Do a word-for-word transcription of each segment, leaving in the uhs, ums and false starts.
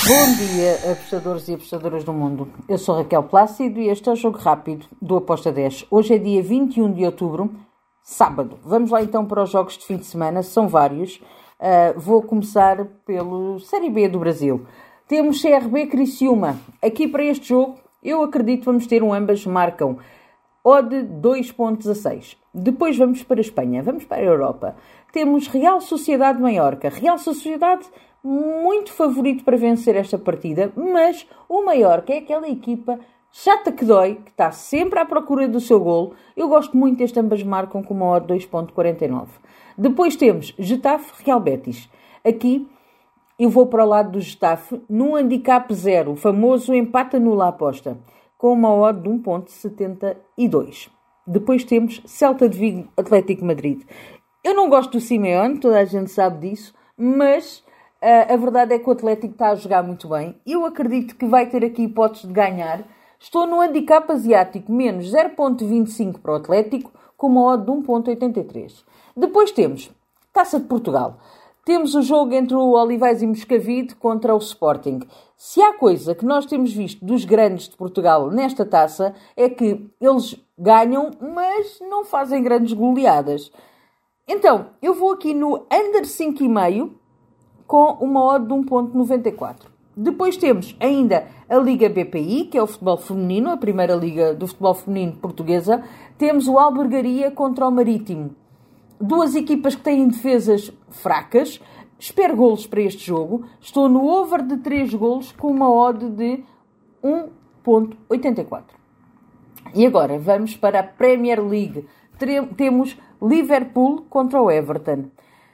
Bom dia, apostadores e apostadoras do mundo. Eu sou Raquel Plácido e este é o Jogo Rápido do Aposta dez. Hoje é dia vinte e um de outubro, sábado. Vamos lá então para os jogos de fim de semana, são vários. Uh, vou começar pelo Série B do Brasil. Temos C R B Criciúma. Aqui para este jogo, eu acredito que vamos ter um ambas marcam. Odd dois ponto dezasseis. Depois vamos para a Espanha, vamos para a Europa. Temos Real Sociedade Maiorca. Real Sociedade muito favorito para vencer esta partida, mas o Maiorca é aquela equipa chata que dói, que está sempre à procura do seu golo. Eu gosto muito deste ambas marcam com uma odd dois ponto quarenta e nove. Depois temos Getafe Real Betis. Aqui eu vou para o lado do Getafe num handicap zero, o famoso empate nula aposta, com uma odd de um ponto setenta e dois. Depois temos Celta de Vigo Atlético Madrid. Eu não gosto do Simeone, toda a gente sabe disso, mas uh, a verdade é que o Atlético está a jogar muito bem. Eu acredito que vai ter aqui hipóteses de ganhar. Estou no handicap asiático menos zero ponto vinte e cinco para o Atlético, com uma odd de um ponto oitenta e três. Depois temos Taça de Portugal. Temos o jogo entre o Olivais e Moscavide contra o Sporting. Se há coisa que nós temos visto dos grandes de Portugal nesta taça é que eles ganham, mas não fazem grandes goleadas. Então, eu vou aqui no under cinco vírgula cinco com uma odd de um ponto noventa e quatro. Depois temos ainda a Liga B P I, que é o futebol feminino, a primeira liga do futebol feminino portuguesa. Temos o Albergaria contra o Marítimo. Duas equipas que têm defesas fracas. Espero golos para este jogo. Estou no over de três golos com uma odd de um ponto oitenta e quatro. E agora vamos para a Premier League. Temos Liverpool contra o Everton.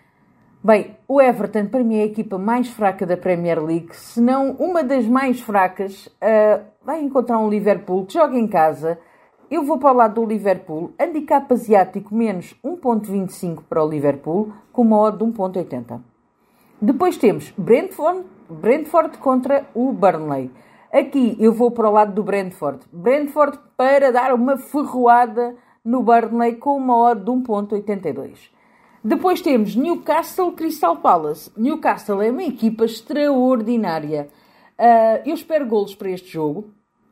Bem, o Everton para mim é a equipa mais fraca da Premier League, se não uma das mais fracas. Uh, vai encontrar um Liverpool que joga em casa. Eu vou para o lado do Liverpool, handicap asiático menos um ponto vinte e cinco para o Liverpool, com uma odd de um ponto oitenta. Depois temos Brentford, Brentford contra o Burnley. Aqui eu vou para o lado do Brentford. Brentford para dar uma ferroada no Burnley com uma odd de um ponto oitenta e dois. Depois temos Newcastle Crystal Palace. Newcastle é uma equipa extraordinária. Uh, eu espero golos para este jogo.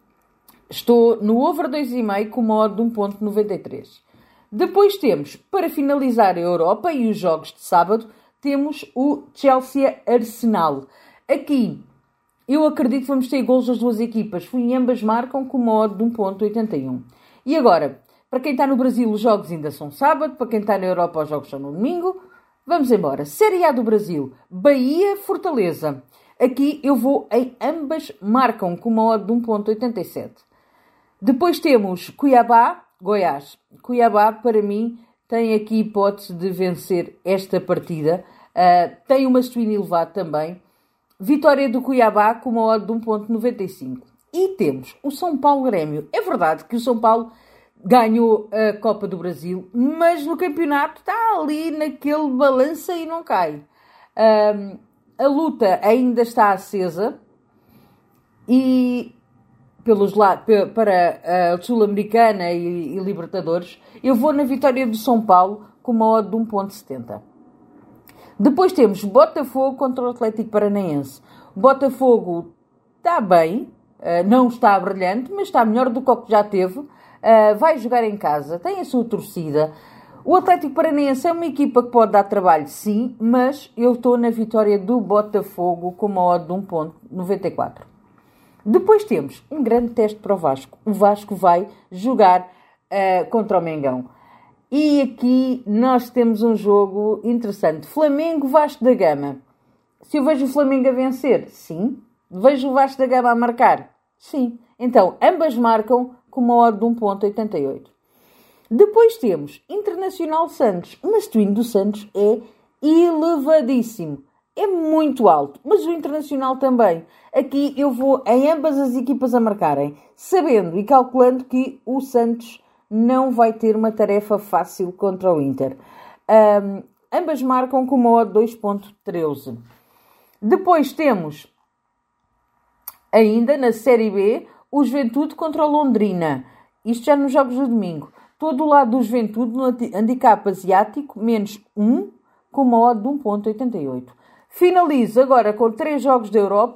Estou no over dois vírgula cinco com uma odd de um ponto noventa e três. Depois temos, para finalizar a Europa e os jogos de sábado, temos o Chelsea Arsenal. Aqui, eu acredito que vamos ter golos das duas equipas. Fui ambas marcam com uma odd de um ponto oitenta e um. E agora, para quem está no Brasil, os jogos ainda são sábado. Para quem está na Europa, os jogos são no domingo. Vamos embora. Série A do Brasil. Bahia Fortaleza. Aqui eu vou em ambas marcam com uma odd de um ponto oitenta e sete. Depois temos Cuiabá, Goiás. Cuiabá, para mim, tem aqui hipótese de vencer esta partida. Uh, tem uma swing elevado também. Vitória do Cuiabá com uma odd de um ponto noventa e cinco. E temos o São Paulo Grêmio. É verdade que o São Paulo ganhou a Copa do Brasil, mas no campeonato está ali naquele balança e não cai. Uh, a luta ainda está acesa e pelos lados, para a Sul-Americana e, e Libertadores, eu vou na vitória do São Paulo com uma odd de um ponto setenta. Depois temos Botafogo contra o Atlético Paranaense. Botafogo está bem, não está brilhante, mas está melhor do que o que já teve. Vai jogar em casa, tem a sua torcida. O Atlético Paranaense é uma equipa que pode dar trabalho, sim, mas eu estou na vitória do Botafogo com uma odd de um ponto noventa e quatro. Depois temos um grande teste para o Vasco. O Vasco vai jogar uh, contra o Mengão. E aqui nós temos um jogo interessante. Flamengo-Vasco da Gama. Se eu vejo o Flamengo a vencer, sim. Vejo o Vasco da Gama a marcar, sim. Então, ambas marcam com uma odd de um ponto oitenta e oito. Depois temos Internacional Santos. O masculino do Santos é elevadíssimo. É muito alto, mas o Internacional também. Aqui eu vou em ambas as equipas a marcarem, sabendo e calculando que o Santos não vai ter uma tarefa fácil contra o Inter. Um, ambas marcam com uma odd dois ponto treze. Depois temos, ainda na Série B, o Juventude contra o Londrina. Isto já nos jogos do domingo. Todo o lado do Juventude no handicap asiático, menos um, com uma odd de um ponto oitenta e oito. Finalizo agora com três jogos da Europa.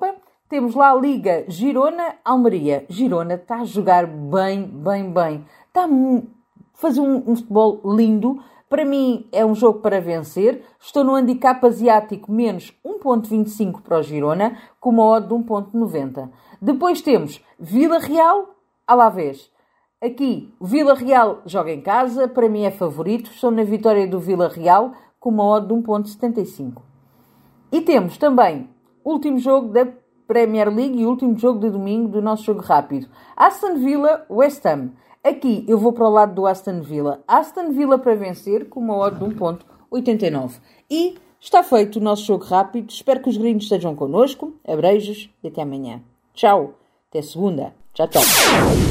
Temos lá a Liga Girona-Almeria. Girona está a jogar bem, bem, bem. Está a fazer um, um futebol lindo. Para mim é um jogo para vencer. Estou no handicap asiático menos um vírgula vinte e cinco para o Girona, com uma odd de um vírgula noventa. Depois temos Vila Real-Alavés. Aqui, o Vila Real joga em casa. Para mim é favorito. Estou na vitória do Vila Real, com uma odd de um vírgula setenta e cinco. E temos também o último jogo da Premier League e o último jogo de domingo do nosso jogo rápido. Aston Villa-West Ham. Aqui eu vou para o lado do Aston Villa. Aston Villa para vencer com uma odd de um vírgula oitenta e nove. E está feito o nosso jogo rápido. Espero que os gringos estejam connosco. Abreijos e até amanhã. Tchau. Até segunda. Tchau, tchau.